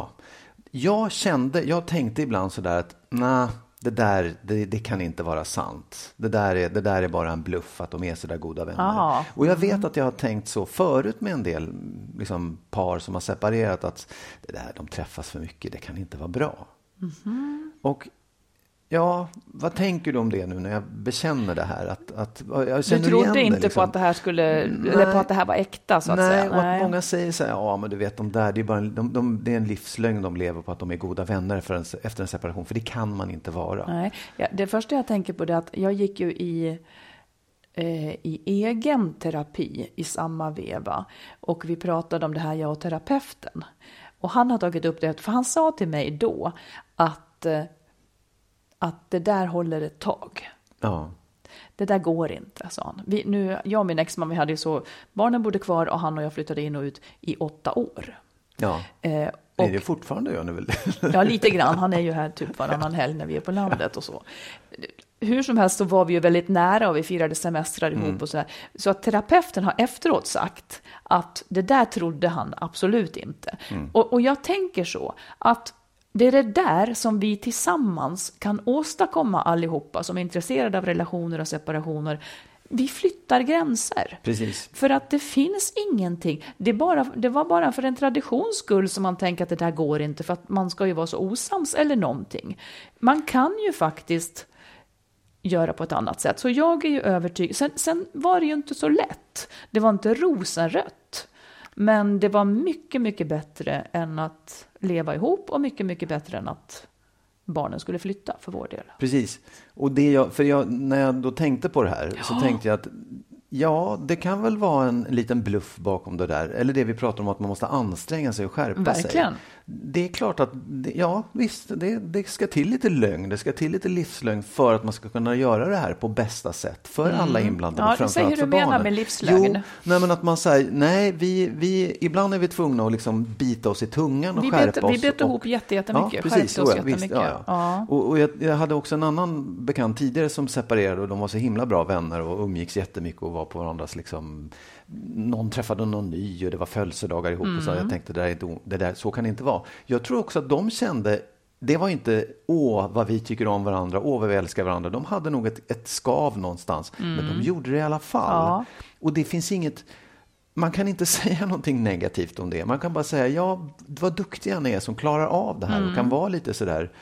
Jag tänkte ibland sådär att det kan inte vara sant. Det där är bara en bluff att de är så där goda vänner. Och jag vet att jag har tänkt så förut med en del liksom, par som har separerat, att de träffas för mycket, det kan inte vara bra. Och vad tänker du om det nu när jag bekänner det här? Att jag känner du trodde igen inte det, liksom. på att det här eller på att det här var äkta, så att säga? Och att många säger så här, men du vet, det är bara det är en livslögn de lever på, att de är goda vänner efter en separation, för det kan man inte vara. Nej. Det första jag tänker på är att jag gick ju i egen terapi i samma veva, och vi pratade om det här, jag och terapeuten, och han har tagit upp det, för han sa till mig då att det där håller ett tag. Ja. Det där går inte, sa han. Jag och min exman, vi hade ju så, barnen bodde kvar och han och jag flyttade in och ut i 8 år. Ja. Är det fortfarande, gör ni väl? Ja, lite grann. Han är ju här typ varannan helg när vi är på landet och så. Hur som helst så var vi ju väldigt nära och vi firade semestrar ihop och sådär. Så att terapeuten har efteråt sagt att det där trodde han absolut inte. Och jag tänker så att det är det där som vi tillsammans kan åstadkomma allihopa som är intresserade av relationer och separationer. Vi flyttar gränser. Precis. För att det finns ingenting. Det var bara för en traditions skull som man tänker att det där går inte, för att man ska ju vara så osams eller någonting. Man kan ju faktiskt göra på ett annat sätt. Så jag är ju övertygad. Sen var det ju inte så lätt. Det var inte rosenrött. Men det var mycket, mycket bättre än att leva ihop, och mycket, mycket bättre än att barnen skulle flytta för vår del. Precis. Och när jag då tänkte på det här så tänkte jag att det kan väl vara en liten bluff bakom det där. Eller det vi pratar om, att man måste anstränga sig och skärpa sig. Det är klart att, visst, det ska till lite lögn, det ska till lite livslögn för att man ska kunna göra det här på bästa sätt för alla inblandade. Ja, säg hur du menar med livslögn. Men att man säger, vi ibland är vi tvungna att liksom bita oss i tungan och skärpa oss. Vi bet ihop jättemycket, precis, skärpte oss jättemycket. Och jag hade också en annan bekant tidigare som separerade, och de var så himla bra vänner och umgicks jättemycket och var på varandras liksom, någon träffade någon ny och det var födelsedagar ihop och så. Jag tänkte det där, så kan det inte vara. Jag tror också att de kände, det var inte vad vi tycker om varandra, vad vi älskar varandra. De hade nog ett skav någonstans, men de gjorde det i alla fall. Och det finns inget, man kan inte säga någonting negativt om det. Man kan bara säga, vad duktiga ni är som klarar av det här och kan vara lite sådär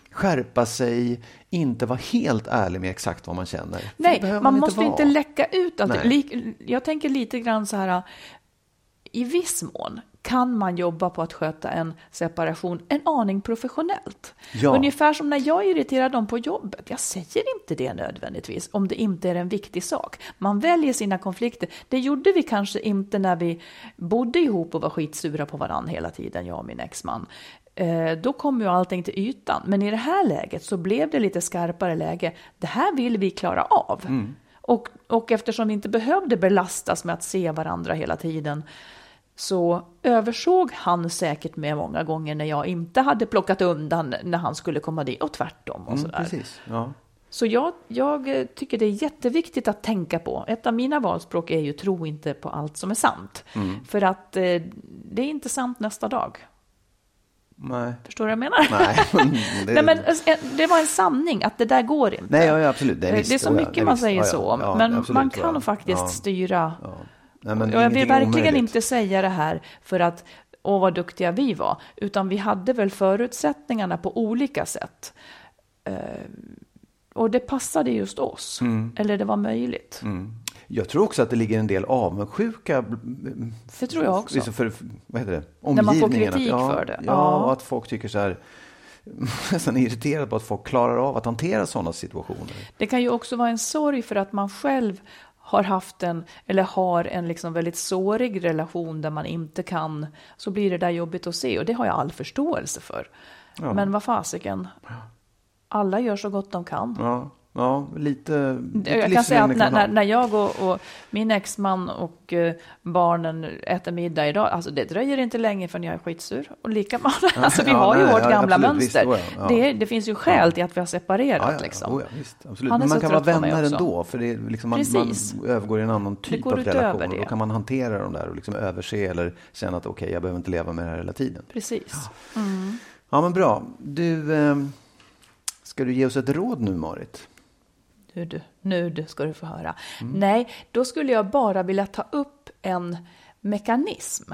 skärpa sig, inte vara helt ärlig med exakt vad man känner. Nej, man måste inte läcka ut allt. Jag tänker lite grann så här, i viss mån kan man jobba på att sköta en separation en aning professionellt. Ja. Ungefär som när jag irriterar dem på jobbet. Jag säger inte det nödvändigtvis om det inte är en viktig sak. Man väljer sina konflikter. Det gjorde vi kanske inte när vi bodde ihop och var skitsura på varandra hela tiden, jag och min exman. Då kom ju allting till ytan. Men i det här läget så blev det lite skarpare läge. Det här vill vi klara av. Mm. Och eftersom vi inte behövde belastas med att se varandra hela tiden, så översåg han säkert med många gånger när jag inte hade plockat undan när han skulle komma dit, och tvärtom och sådär. Precis, ja. Så jag tycker det är jätteviktigt att tänka på. Ett av mina valspråk är ju tro inte på allt som är sant. Mm. För att det är inte sant nästa dag. Nej. Förstår du vad jag menar? Nej. Nej, men det var en sanning att det där går inte. Nej, ja, absolut. Det är så mycket man säger så. Men absolut, man kan faktiskt styra. Ja. Nej, men jag vill verkligen inte säga det här för att vad duktiga vi var. Utan vi hade väl förutsättningarna på olika sätt. Och det passade just oss. Mm. Eller det var möjligt. Mm. Jag tror också att det ligger en del avundsjuka. Det tror jag också. För, vad heter det? Omgivningen. När man får kritik för det. Ja, och att folk tycker så här, nästan irriterad på att folk klarar av att hantera sådana situationer. Det kan ju också vara en sorg för att man själv har haft har en liksom väldigt sårig relation där man inte kan, så blir det där jobbigt att se, och det har jag all förståelse för. Ja. Men vad fasiken, alla gör så gott de kan. Ja, lite jag kan säga att när jag och min exman och barnen äter middag idag, alltså det dröjer inte länge förrän jag är skitsur. Och lika man, alltså vi har ju vårt gamla mönster. Visst, det finns ju skäl till att vi har separerat. Liksom. Visst, absolut. Men man kan vara vänner ändå, för det är liksom man övergår i en annan typ av relation. Då kan man hantera dem där och liksom överse eller känna att okej, jag behöver inte leva med det här hela tiden. Precis. Ja, men bra. Ska du ge oss ett råd nu, Marit? Nu ska du få höra. Nej, då skulle jag bara vilja ta upp en mekanism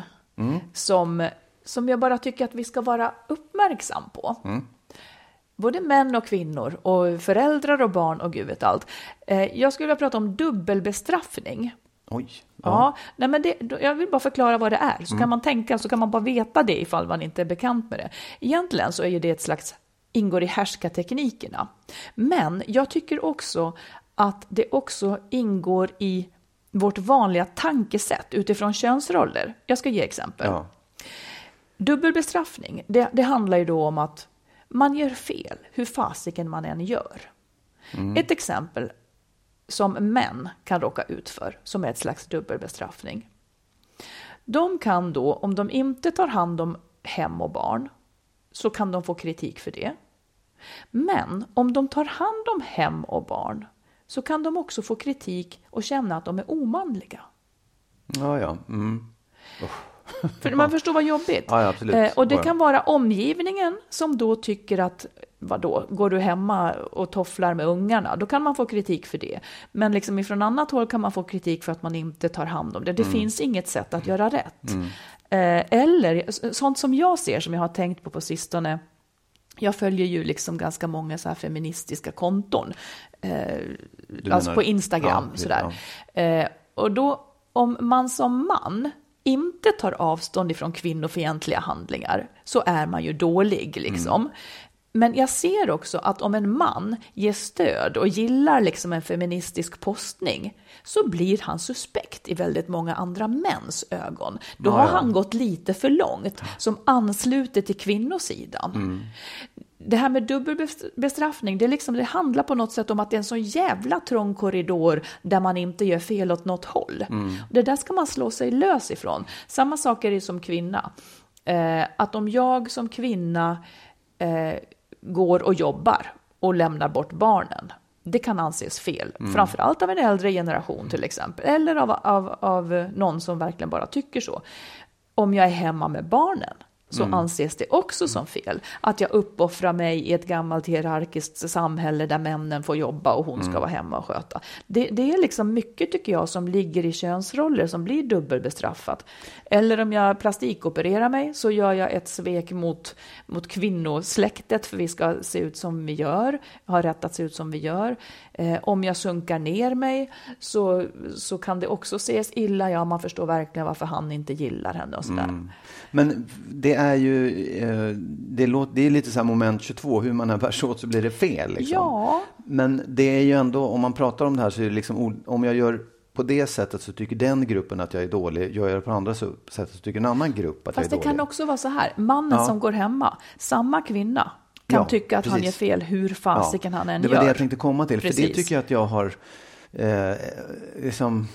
som jag bara tycker att vi ska vara uppmärksam på. Både män och kvinnor och föräldrar och barn och gud vet allt. Jag skulle vilja prata om dubbelbestraffning. Oj. Ja, nej men jag vill bara förklara vad det är. Så kan man tänka, så kan man bara veta det ifall man inte är bekant med det. Egentligen så är ju det ett slags ingår i härskarteknikerna. Men jag tycker också att det också ingår i vårt vanliga tankesätt utifrån könsroller. Jag ska ge exempel. Ja. Dubbelbestraffning, det handlar ju då om att man gör fel, hur fasiken man än gör. Ett exempel som män kan råka ut för, som är ett slags dubbelbestraffning. De kan då, om de inte tar hand om hem och barn, så kan de få kritik för det. Men om de tar hand om hem och barn, så kan de också få kritik och känna att de är omanliga. Ja. För man förstår vad jobbigt. Ja, absolut. Och det kan vara omgivningen som då tycker att, vadå, går du hemma och tofflar med ungarna? Då kan man få kritik för det. Men liksom ifrån annat håll kan man få kritik för att man inte tar hand om det. Det finns inget sätt att göra rätt. Eller sånt som jag ser, som jag har tänkt på sistone. Jag följer ju liksom ganska många så här feministiska konton. Alltså på Instagram. Sådär. Ja. Och då, om man som man inte tar avstånd ifrån kvinnofientliga handlingar, så är man ju dålig liksom. Men jag ser också att om en man ger stöd och gillar liksom en feministisk postning, så blir han suspekt i väldigt många andra mäns ögon. Då har han gått lite för långt som ansluter till kvinnosidan. Det här med dubbelbestraffning, det handlar på något sätt om att det är en så jävla trång korridor där man inte gör fel åt något håll. Det där ska man slå sig lös ifrån. Samma sak är det som kvinna. Att om jag som kvinna går och jobbar och lämnar bort barnen, det kan anses fel. Framförallt av en äldre generation till exempel. Eller av någon som verkligen bara tycker så. Om jag är hemma med barnen, så anses det också som fel. Att jag uppoffrar mig i ett gammalt hierarkiskt samhälle där männen får jobba och hon ska vara hemma och sköta. Det är liksom mycket, tycker jag, som ligger i könsroller som blir dubbelbestraffat. Eller om jag plastikopererar mig så gör jag ett svek mot kvinnosläktet, för vi ska se ut som vi gör, har rätt att se ut som vi gör. Om jag sunkar ner mig så kan det också ses illa. Ja, man förstår verkligen varför han inte gillar henne och sådär. Men det är ju det är lite så här moment 22, hur man bär sig åt så blir det fel liksom. Ja. Men det är ju ändå, om man pratar om det här så är det liksom, om jag gör på det sättet så tycker den gruppen att jag är dålig. Gör jag det på andra sättet så tycker en annan grupp att jag är dålig. Fast det kan också vara så här. Mannen som går hemma, samma kvinna kan tycka att han gör fel hur fasiken han än gör. Det var det jag tänkte komma till. Precis. För det tycker jag att jag har liksom...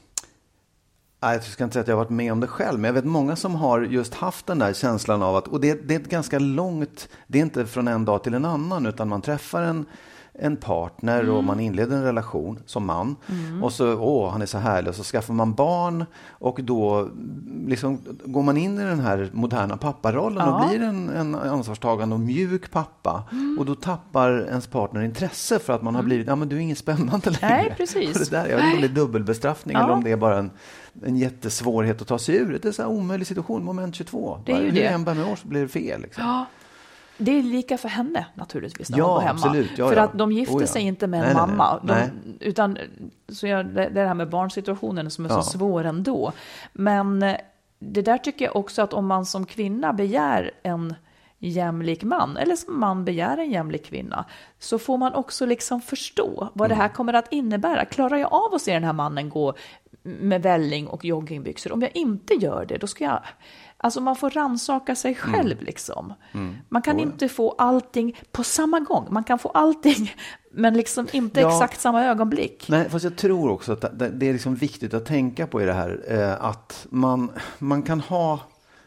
Jag ska inte säga att jag har varit med om det själv, men jag vet många som har just haft den där känslan av att, och det är ett ganska långt, det är inte från en dag till en annan, utan man träffar en partner och man inleder en relation som man och så, han är så härlig, och så skaffar man barn och då liksom går man in i den här moderna papparollen och blir en ansvarstagande och mjuk pappa och då tappar ens partner intresse för att man har blivit, men du är ingen spännande längre. Nej, precis. Och det där, jag vet inte om det är dubbelbestraffning eller om det är bara en jättesvårighet att ta sig ur. Det är så här omöjlig situation, moment 22. Det är ju hur en bär med år så blir det fel liksom. Ja. Det är lika för henne naturligtvis när hon går hemma. Absolut. Ja, för att de gifter sig inte med en mamma. Utan så det här med barnsituationen som är så svår ändå. Men det där tycker jag också, att om man som kvinna begär en jämlik man, eller som man begär en jämlik kvinna, så får man också liksom förstå vad det här kommer att innebära. Klarar jag av att se den här mannen gå med välling och joggingbyxor? Om jag inte gör det, då ska jag... Alltså man får rannsaka sig själv liksom. Man kan inte få allting på samma gång. Man kan få allting, men liksom inte exakt samma ögonblick. Nej, fast jag tror också att det är liksom viktigt att tänka på i det här. Att man kan ha...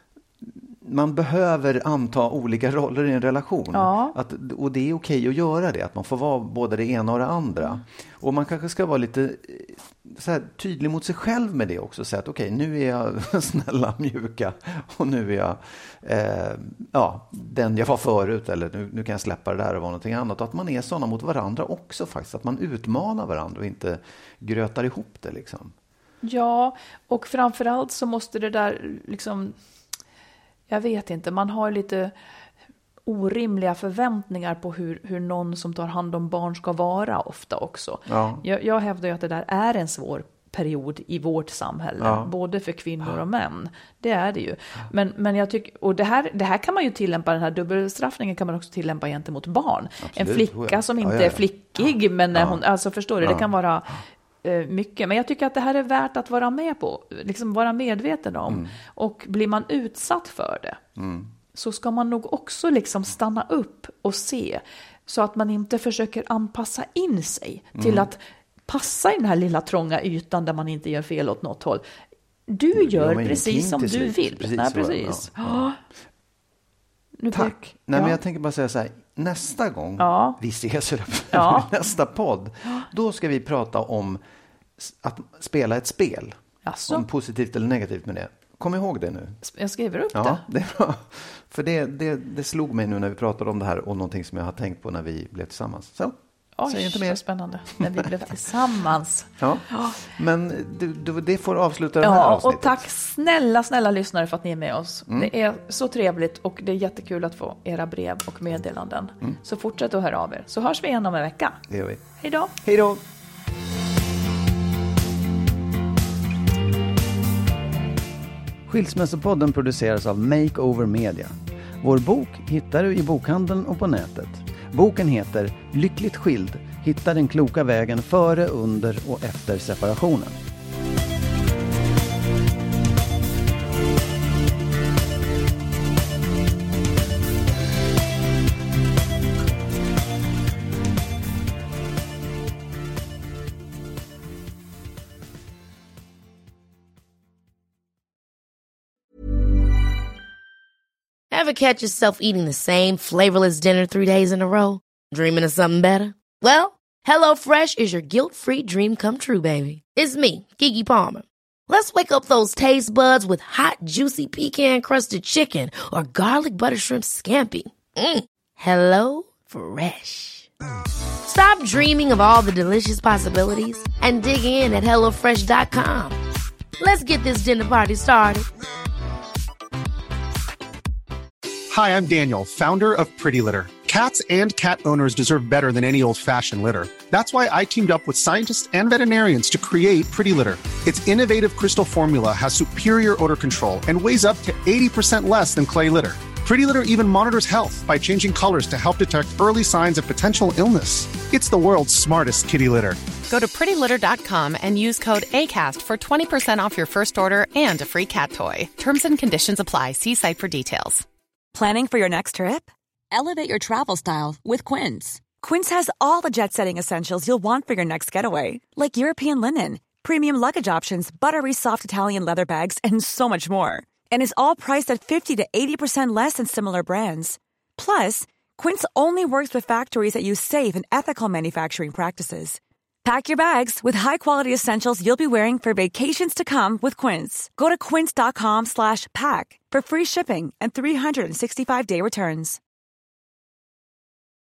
Man behöver anta olika roller i en relation. Ja. Och det är okej att göra det. Att man får vara både det ena och det andra. Och man kanske ska vara lite så här, tydlig mot sig själv med det också. Säga att okej, nu är jag snälla, mjuka. Och nu är jag den jag var förut. Eller nu kan jag släppa det där och vara någonting annat. Och att man är sådana mot varandra också faktiskt. Att man utmanar varandra och inte grötar ihop det liksom. Ja, och framförallt så måste det där liksom... Jag vet inte, man har lite orimliga förväntningar på hur någon som tar hand om barn ska vara ofta också. Ja. Jag hävdar ju att det där är en svår period i vårt samhälle, både för kvinnor och män. Det är det ju. Men jag tycker, och det här kan man ju tillämpa, den här dubbelstraffningen kan man också tillämpa gentemot barn. Absolut. En flicka som inte är flickig, men när hon, alltså förstår du, det kan vara... mycket, men jag tycker att det här är värt att vara med på, liksom vara medveten om, och blir man utsatt för det så ska man nog också liksom stanna upp och se, så att man inte försöker anpassa in sig till att passa i den här lilla trånga ytan där man inte gör fel åt något håll. Du gör precis som du vill. Precis. Nej, precis. Ja. Tack. Nej, men jag tänker bara säga så här, nästa gång vi ses nästa podd, då ska vi prata om att spela ett spel. Alltså? Om positivt eller negativt med det. Kom ihåg det nu. Jag skriver upp det. Ja, det är bra. För det slog mig nu när vi pratade om det här, och någonting som jag har tänkt på när vi blev tillsammans. Så, säg inte mer. Så spännande. När vi blev tillsammans. Men det får avsluta det här avsnittet. Och tack snälla lyssnare för att ni är med oss. Det är så trevligt, och det är jättekul att få era brev och meddelanden. Så fortsätt att höra av er. Så hörs vi igen om en vecka. Det gör vi. Hej då. Hej då. Skilsmässopodden produceras av Makeover Media. Vår bok hittar du i bokhandeln och på nätet. Boken heter Lyckligt skild. Hitta den kloka vägen före, under och efter separationen. Ever catch yourself eating the same flavorless dinner 3 days in a row? Dreaming of something better? Well, HelloFresh is your guilt-free dream come true, baby. It's me, Keke Palmer. Let's wake up those taste buds with hot, juicy pecan-crusted chicken or garlic butter shrimp scampi. Hello Fresh. Stop dreaming of all the delicious possibilities and dig in at HelloFresh.com. Let's get this dinner party started. Hi, I'm Daniel, founder of Pretty Litter. Cats and cat owners deserve better than any old-fashioned litter. That's why I teamed up with scientists and veterinarians to create Pretty Litter. Its innovative crystal formula has superior odor control and weighs up to 80% less than clay litter. Pretty Litter even monitors health by changing colors to help detect early signs of potential illness. It's the world's smartest kitty litter. Go to prettylitter.com and use code ACAST for 20% off your first order and a free cat toy. Terms and conditions apply. See site for details. Planning for your next trip? Elevate your travel style with Quince. Quince has all the jet-setting essentials you'll want for your next getaway, like European linen, premium luggage options, buttery soft Italian leather bags, and so much more. And is all priced at 50 to 80% less than similar brands. Plus, Quince only works with factories that use safe and ethical manufacturing practices. Pack your bags with high-quality essentials you'll be wearing for vacations to come with Quince. Go to quince.com/pack for free shipping and 365-day returns.